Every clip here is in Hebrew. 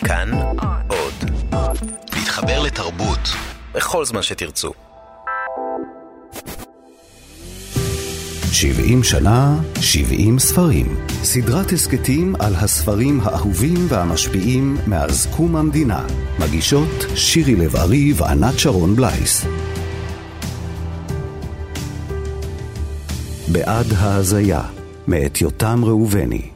כאן עוד. להתחבר לתרבות בכל זמן שתרצו. 70 שנה, 70 ספרים. סדרת הסקטים על הספרים האהובים והמשפיעים מאז קום המדינה. מגישות שירי לב-ארי וענת שרון בלייס. בעד ההזיה, מאת יותם ראובני.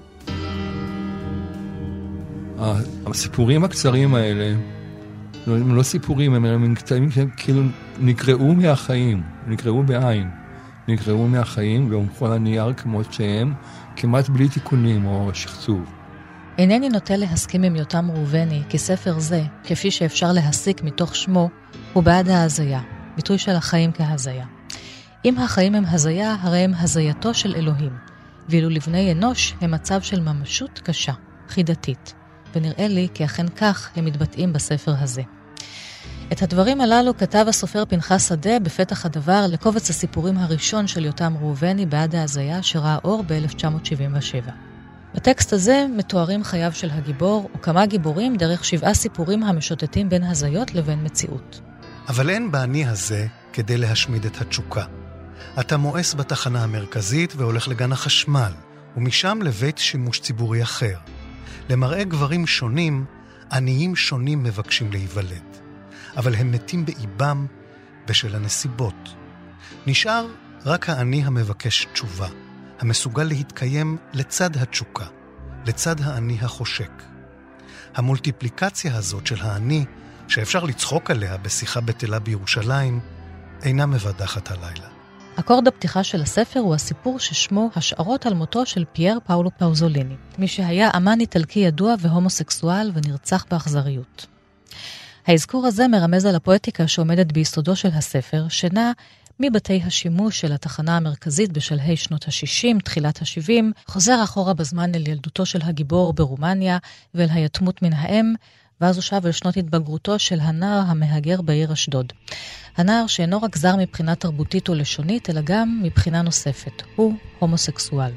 הסיפורים הקצרים האלה, הם לא סיפורים, הם קטעים כאילו נקראו מהחיים, נקראו בעין. נקראו מהחיים והונחו על הנייר כמו שהם, כמעט בלי תיקונים או שחצוב. אינני נוטה להסכים עם יותם ראובני, כי ספר זה, כפי שאפשר להסיק מתוך שמו, הוא בעד ההזיה, ביטוי של החיים כהזיה. אם החיים הם הזיה, הרי הם הזייתו של אלוהים, ואילו לבני אנוש הם מצב של ממשות קשה, חידתית, ונראה לי כי אכן כך הם מתבטאים בספר הזה. את הדברים הללו כתב הסופר פנחס שדה בפתח הדבר לקובץ הסיפורים הראשון של יותם ראובני בעד ההזיה שראה אור ב-1977. בטקסט הזה מתוארים חייו של הגיבור וכמה גיבורים דרך 7 סיפורים המשוטטים בין הזיות לבין מציאות. אבל אין באני הזה כדי להשמיד את התשוקה. אתה מואס בתחנה המרכזית והולך לגן החשמל, ומשם לבית שימוש ציבורי אחר. למראה גברים שונים, עניים שונים מבקשים להיוולד. אבל הם מתים באיבם בשל הנסיבות. נשאר רק העני המבקש תשובה, המסוגל להתקיים לצד התשוקה, לצד העני החושק. המולטיפליקציה הזאת של העני, שאפשר לצחוק עליה בשיחה בטלה בירושלים, אינה מבדחת הלילה. אקורד הפתיחה של הספר הוא הסיפור ששמו השערות על מותו של פייר פאולו פאוזוליני, מי שהיה אמן איטלקי ידוע והומוסקסואל ונרצח באכזריות. האזכור הזה מרמז על הפואטיקה שעומדת ביסודו של הספר, שנע מבתי השימוש של התחנה המרכזית בשלהי שנות ה-60, תחילת ה-70, חוזר אחורה בזמן אל ילדותו של הגיבור ברומניה ואל היתמות מן האם, ואז הוא שב אל שנות התבגרותו של הנער המהגר בעיר אשדוד. הנער שאינו רק זר מבחינה תרבותית או לשונית, אלא גם מבחינה נוספת. הוא הומוסקסואל.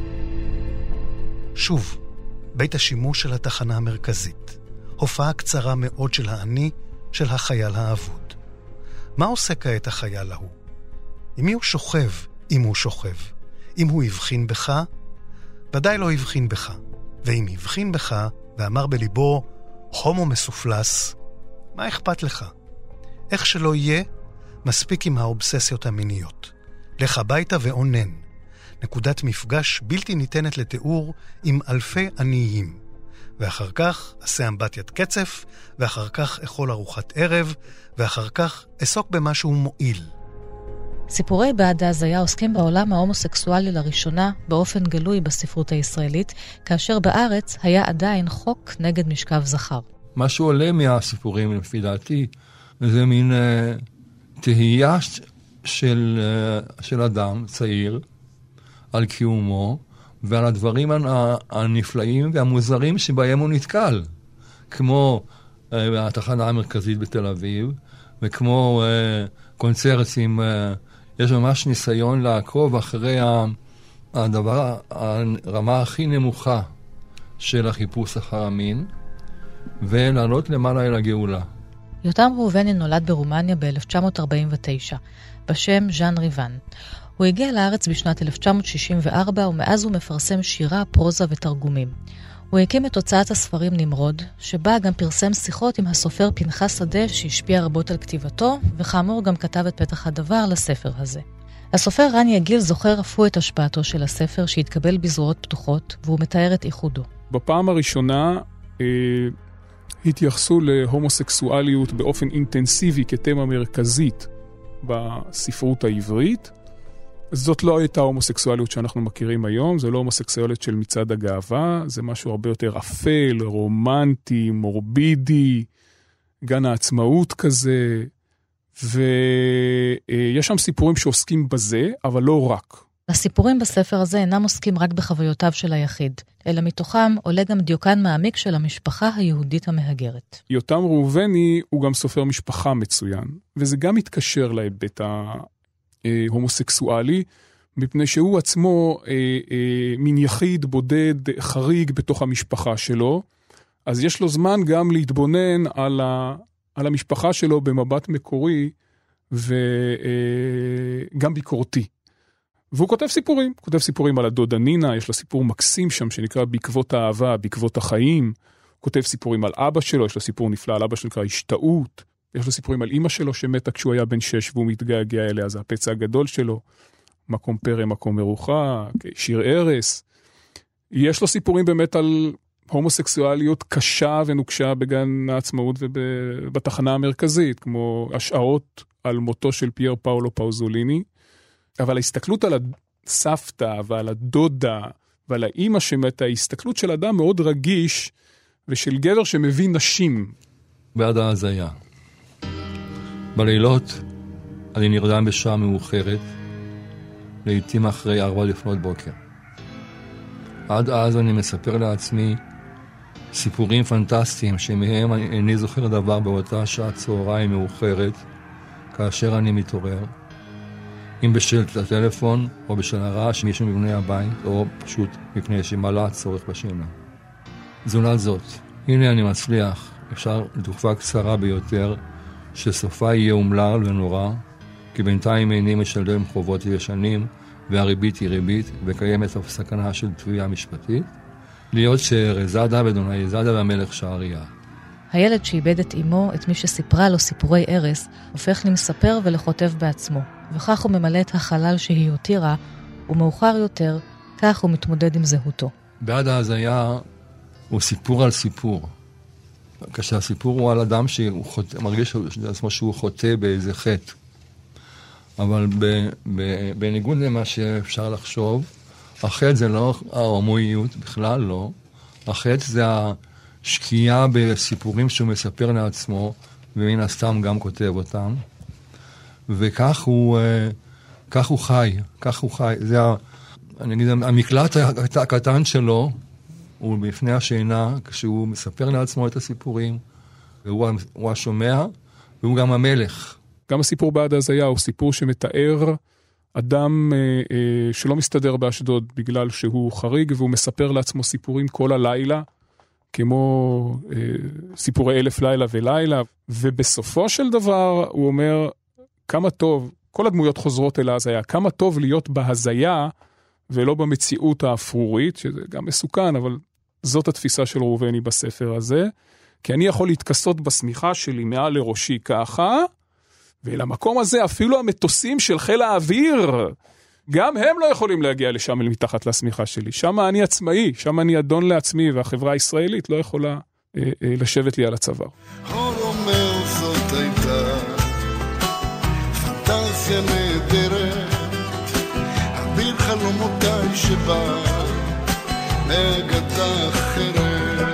שוב, בית השימוש של התחנה המרכזית. הופעה קצרה מאוד של העני, של החייל האבוד. מה עושה כעת החייל ההוא? עם מי הוא שוכב, אם הוא שוכב? אם הוא הבחין בך? ודאי לא הבחין בך. ואם הבחין בך, ואמר בליבו, הומו מסופלס, מה אכפת לך? איך שלא יהיה, מספיק עם האובססיות המיניות. לך הביתה ועונן. נקודת מפגש בלתי ניתנת לתיאור עם אלפי עניים. ואחר כך עשה אמבטיית קצף, ואחר כך אכול ארוחת ערב, ואחר כך אסוק במשהו מועיל. סיפורי בעד ההזיה עוסקים בעולם ההומוסקסואלי לראשונה באופן גלוי בספרות הישראלית, כאשר בארץ היה עדיין חוק נגד משכב זכר. מה שעולה מהסיפורים, לפי דעתי, זה מין תהייה של אדם צעיר על קיומו, ועל הדברים הנפלאים והמוזרים שבהם הוא נתקל, כמו התחנה המרכזית בתל אביב, וכמו קונצרטים, יש ממש ניסיון לעקוב אחרי הרמה הכי נמוכה של החיפוש אחר המין, ולעלות למעלה אל הגאולה. יותם ראובני נולד ברומניה ב-1949, בשם ז'אן ריבן. הוא הגיע לארץ בשנת 1964, ומאז הוא מפרסם שירה, פרוזה ותרגומים. הוא הקים את הוצאת הספרים נמרוד, שבה גם פרסם שיחות עם הסופר פנחס שדה, שהשפיע רבות על כתיבתו, וכאמור גם כתב את פתח הדבר לספר הזה. הסופר רן יגיל זוכר אף הוא את השפעתו של הספר, שהתקבל בזרועות פתוחות, והוא מתאר את ייחודו. בפעם הראשונה התייחסו להומוסקסואליות באופן אינטנסיבי כתמה מרכזית בספרות העברית. זאת לא הייתה הומוסקסואליות שאנחנו מכירים היום, זה לא הומוסקסואליות של מצעד הגאווה, זה משהו הרבה יותר אפל, רומנטי, מורבידי, גן העצמאות כזה, ויש שם סיפורים שעוסקים בזה, אבל לא רק. הסיפורים בספר הזה אינם עוסקים רק בחוויותיו של היחיד, אלא מתוכם עולה גם דיוקן מעמיק של המשפחה היהודית המהגרת. יותם ראובני הוא גם סופר משפחה מצוין, וזה גם מתקשר להיבט ההומוסקסואלי, מפני שהוא עצמו מין יחיד בודד חריג בתוך המשפחה שלו, אז יש לו זמן גם להתבונן על המשפחה שלו במבט מקורי, וגם ביקורתי. והוא כותב סיפורים על הדודה נינה, יש לו סיפור מקסים שם שנקרא בעקבות האהבה, בעקבות החיים, הוא כותב סיפורים על אבא שלו, יש לו סיפור נפלא על אבא שלו נקרא השתאות, יש לו סיפורים על אמא שלו שמתה כשהוא היה בן 6 והוא מתגעגע אליה, זה הפצע הגדול שלו, מקום פרא, מקום מרוחה, שיר ערס. יש לו סיפורים באמת על הומוסקסואליות קשה ונוקשה בגן העצמאות ובתחנה המרכזית, כמו השערות על מותו של פייר פאולו פאוזוליני, אבל ההסתכלות על הסבתא ועל הדודה ועל האמא שמתה, ההסתכלות של אדם מאוד רגיש ושל גבר שמבין נשים. בעד ההזיה. בלילות אני נרדם בשעה מאוחרת, לעתים אחרי 4 לפנות בוקר. עד אז אני מספר לעצמי סיפורים פנטסטיים שמהם איני זוכר דבר באותה שעה צהריים מאוחרת, כאשר אני מתעורר. אם בשל הטלפון או בשל הרעש מישהו מבני הבית, או פשוט מפני שמעלה הצורך בשינה. זולת זאת, הנה אני מצליח, אפשר לתקופה קצרה ביותר, שסופה יהיה אומלל ונורא, כי בינתיים איני משלם חובות ישנים, והריבית היא ריבית, וקיימת הסכנה של תביעה משפטית, להיות שרזדה ודוני זדה והמלך שעריה. הילד שאיבד את אמו, את מי שסיפרה לו סיפורי ערס, הופך למספר ולכותב בעצמו, וכך הוא ממלא את החלל שהיא הותירה, ומאוחר יותר, כך הוא מתמודד עם זהותו. בעד ההזיה הוא סיפור על סיפור. כשהסיפור הוא על אדם שמרגיש לעצמו שהוא חוטא באיזה חטא. אבל בניגוד למה שאפשר לחשוב, החטא זה לא ההומואיות, בכלל לא. החטא זה השקיעה בסיפורים שהוא מספר לעצמו, ומן הסתם גם כותב אותם. וכך הוא חי, זה אני אגיד, המקלט הקטן שלו, הוא בפני השינה, כשהוא מספר לעצמו את הסיפורים, והוא השומע, והוא גם המלך. גם הסיפור בעד ההזיה הוא סיפור שמתאר אדם שלא מסתדר באשדוד בגלל שהוא חריג, והוא מספר לעצמו סיפורים כל הלילה, כמו סיפורי 1000 לילה ולילה, ובסופו של דבר הוא אומר, כמה טוב, כל הדמויות חוזרות אל ההזיה, כמה טוב להיות בהזיה, ולא במציאות האפרורית, שזה גם מסוכן, אבל זאת התפיסה של ראובני בספר הזה, כי אני יכול להתכסות בסמיכה שלי מעל לראשי ככה, ולמקום הזה אפילו המטוסים של חיל האוויר, גם הם לא יכולים להגיע לשם מתחת לסמיכה שלי. שם אני עצמאי, שם אני אדון לעצמי, והחברה הישראלית לא יכולה לשבת לי על הצוואר. אומר זאת הייתה פנטזיה נהדרת, אביר חלומותיי שבא מאגדה אחרת.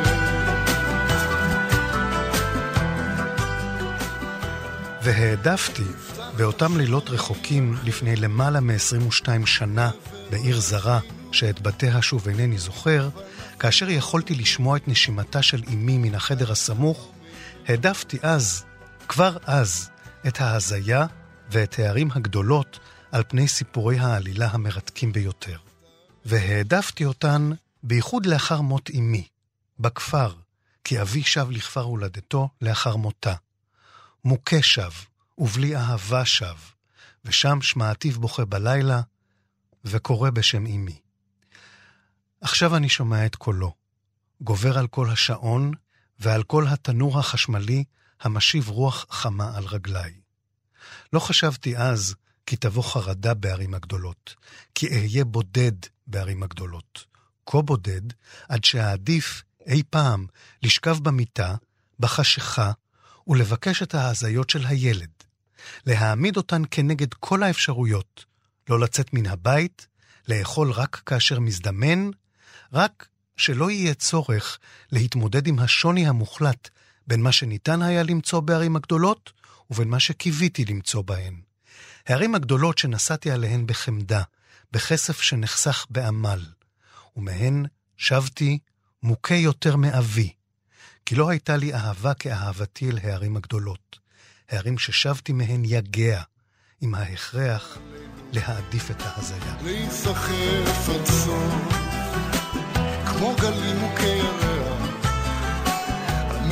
והעדפתי באותם לילות רחוקים לפני למעלה מ-22 שנה בעיר זרה שאת בתיה שוב אינני זוכר, כאשר יכולתי לשמוע את נשימתה של אמי מן החדר הסמוך, העדפתי אז, כבר אז, את ההזיה ואת הערים הגדולות על פני סיפורי העלילה המרתקים ביותר. והעדפתי אותן בייחוד לאחר מות אמי, בכפר, כי אבי שב לכפר הולדתו לאחר מותה. מוכה שב, ובלי אהבה שב, ושם שמעתיו בוכה בלילה, וקורא בשם אמי. עכשיו אני שומע את קולו, גובר על כל השעון, ועל כל התנור החשמלי, המשיב רוח חמה על רגליי. לא חשבתי אז, כי תבוא חרדה בערים הגדולות, כי אהיה בודד בערים הגדולות. כה בודד, עד שהעדיף אי פעם לשכב במיטה, בחשיכה, ולבקש את ההזיות של הילד, להעמיד אותן כנגד כל האפשרויות, לא לצאת מן הבית, לאכול רק כאשר מזדמן, רק שלא יהיה צורך להתמודד עם השוני המוחלט בין מה שניתן היה למצוא בערים הגדולות ובין מה שקיוויתי למצוא בהן. הערים הגדולות שנסעתי עליהן בחמדה, בכסף שנחסך בעמל, ומהן שבתי מוכה יותר מאבי, כי לא הייתה לי אהבה כאהבתי אל הערים הגדולות, הערים ששבתי מהן יגע, עם ההכרח להעדיף את ההזיה. להיסחף עד סוף, כמו גלים מוכי ירח,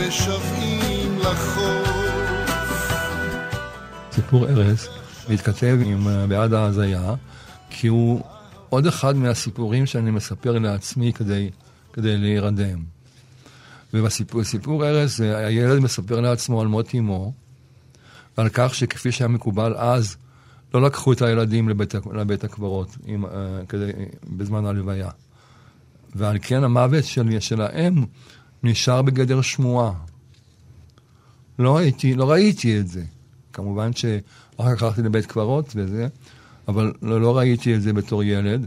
משוועים לחוף. סיפור ארז מתכתב עם בעד ההזיה, כי הוא עוד אחד מהסיפורים שאני מספר לעצמי כדי להירדם. ובסיפור ארז, הילד מספר לעצמו על מות אמו, ועל כך שכפי שהיה מקובל אז, לא לקחו את הילדים לבית הקברות בזמן הלוויה. ועל כן המוות של האם נשאר בגדר שמועה. לא ראיתי את זה. כמובן שאחר כך הלכתי לבית קברות וזה, אבל לא ראיתי את זה בתור ילד.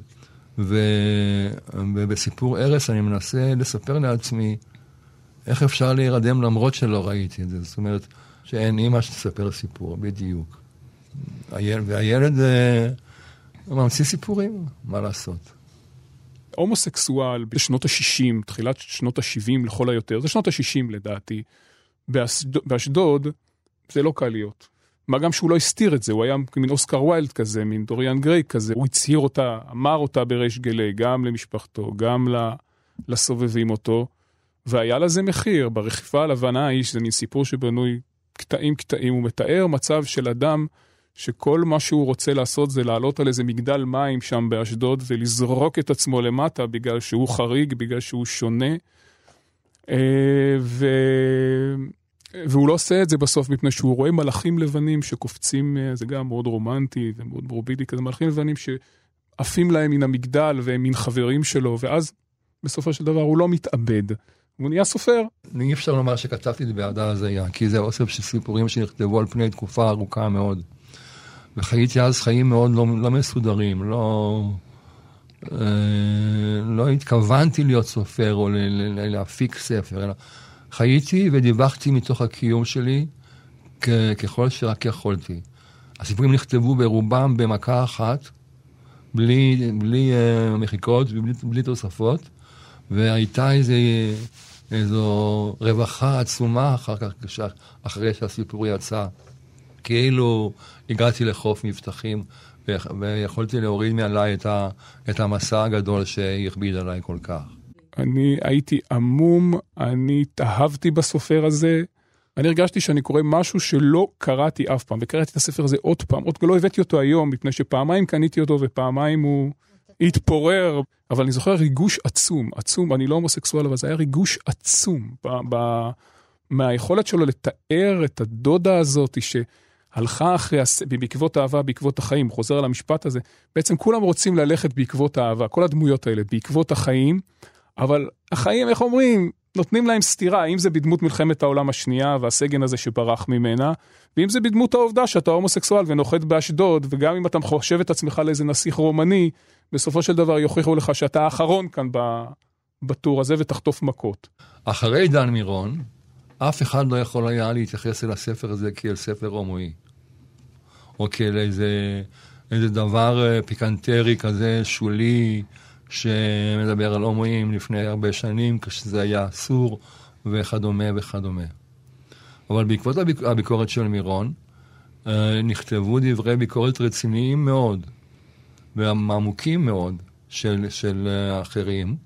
ובסיפור ארס אני מנסה לספר לעצמי איך אפשר להירדם למרות שלא ראיתי את זה. זאת אומרת שאין אימא שתספר סיפור, בדיוק. והילד ממציא סיפורים, מה לעשות? הומוסקסואל בשנות ה-60, תחילת שנות ה-70 לכל היותר, זה שנות ה-60 לדעתי, באשדוד זה לא קל להיות. מה גם שהוא לא הסתיר את זה, הוא היה מין אוסקר ויילד כזה, מין דוריאן גריי כזה, הוא הצהיר אותה, אמר אותה בריש גלי, גם למשפחתו, גם לסובבים אותו, והיה לזה מחיר. ברכיפה הלבנה האיש, זה מין סיפור שבנוי קטעים, הוא מתאר מצב של אדם שכל מה שהוא רוצה לעשות זה לעלות על איזה מגדל מים שם באשדוד ולזרוק את עצמו למטה בגלל שהוא חריג, בגלל שהוא שונה. והוא לא עושה את זה בסוף מפני שהוא רואה מלאכים לבנים שקופצים, זה גם מאוד רומנטי ומאוד ברובידי כזה, מלאכים לבנים שעפים להם מן המגדל והם מן חברים שלו, ואז בסופו של דבר הוא לא מתאבד. הוא נהיה סופר. אי אפשר לומר שכתבתי את זה בעד ההזיה, כי זה אוסף של סיפורים שנכתבו על פני תקופה ארוכה מאוד. וחייתי אז חיים מאוד לא מסודרים, לא התכוונתי להיות סופר או להפיק ספר, אלא חייתי ודיווחתי מתוך הקיום שלי ככל שרק יכולתי. הסיפורים נכתבו ברובם במכה אחת, בלי מחיקות ובלי תוספות, והייתה איזו רווחה עצומה אחרי שהסיפור יצא. כאילו הגעתי לחוף מבטחים, ויכולתי להוריד מעליי את המסע הגדול שהכביד עליי כל כך. אני הייתי עמום, אני התאהבתי בסופר הזה, אני הרגשתי שאני קורא משהו שלא קראתי אף פעם, וקראתי את הספר הזה עוד פעם, עוד לא הבאתי אותו היום, מפני שפעמיים קניתי אותו ופעמיים הוא התפורר, אבל אני זוכר ריגוש עצום, אני לא הומוסקסואל, אבל זה היה ריגוש עצום, מהיכולת שלו לתאר את הדודה הזאת שהלכה אחרי, בעקבות האהבה, בעקבות החיים, חוזר על המשפט הזה, בעצם כולם רוצים ללכת בעקבות האהבה, כל הדמויות האלה, בעקבות החיים, אבל החיים, איך אומרים, נותנים להם סתירה, אם זה בדמות מלחמת העולם השנייה, והסגן הזה שברח ממנה, ואם זה בדמות העובדה שאתה הומוסקסואל ונוחת באשדוד, וגם אם אתה חושב את עצמך לאיזה נסיך רומני, בסופו של דבר יוכיחו לך שאתה האחרון כאן בטור הזה ותחטוף מכות. אחרי דן מירון, אף אחד לא יכול היה להתייחס אל הספר הזה כאל ספר הומואי. או כאל איזה דבר פיקנטרי כזה, שולי, שמדבר על הומואים לפני הרבה שנים, כשזה היה אסור, וכדומה וכדומה. אבל בעקבות הביקורת של מירון, נכתבו דברי ביקורת רציניים מאוד, ועמוקים מאוד של אחרים,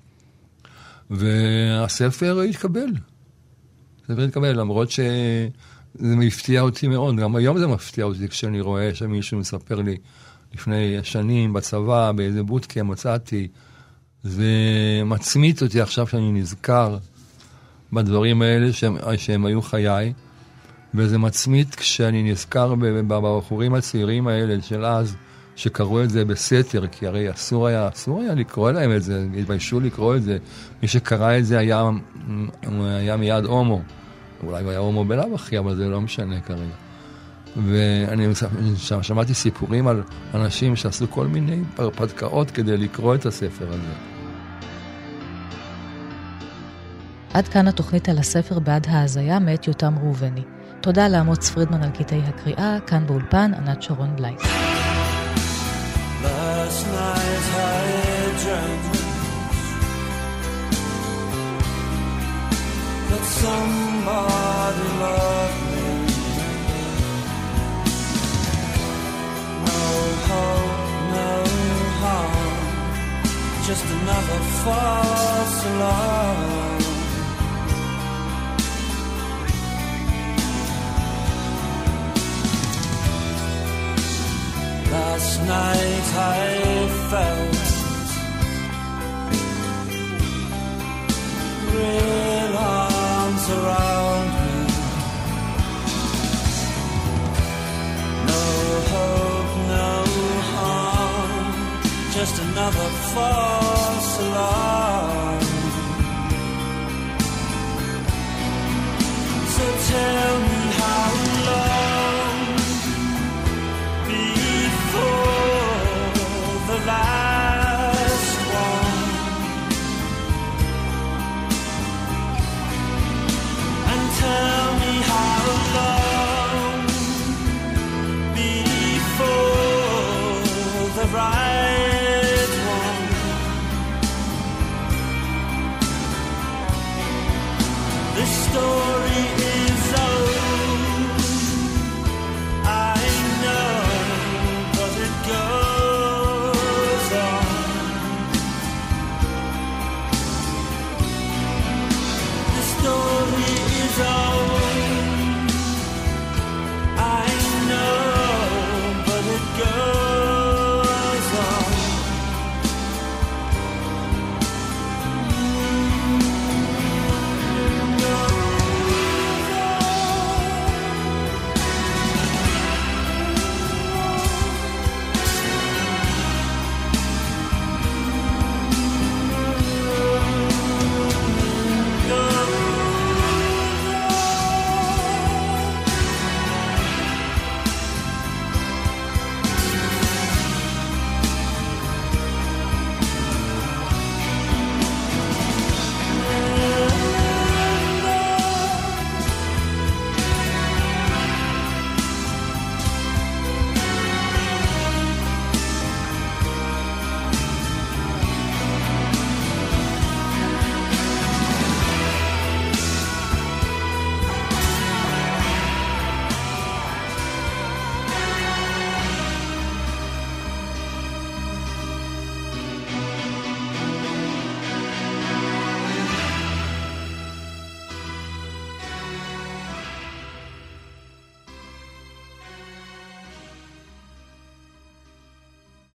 והספר התקבל. למרות שזה מפתיע אותי מאוד, גם היום זה מפתיע אותי כשאני רואה שמישהו מספר לי לפני שנים בצבא, באיזה בוטקה מצאתי, זה מצמית אותי עכשיו שאני נזכר בדברים האלה שהם היו חיי, וזה מצמית כשאני נזכר בבחורים הצעירים האלה של אז, שקראו את זה בסתר, כי הרי אסור היה לקרוא להם את זה, התביישו לקרוא את זה. מי שקרא את זה היה מיד הומו. אולי הוא היה הומו בלאו הכי, אבל זה לא משנה כרגע. ואני שמעתי סיפורים על אנשים שעשו כל מיני פרפדקאות כדי לקרוא את הספר הזה. עד כאן התוכנית על הספר בעד ההזיה מאת יותם ראובני. תודה לאמוץ פרידמן על קטעי הקריאה, כאן באולפן ענת שרון בלייס. Last night I had dreamt that somebody loved me. No hope, no harm, just another false alarm. night I felt real arms around me. No hope, no harm, just another false alarm. So tell me how long before the last one, and tell me how long before the right one. This story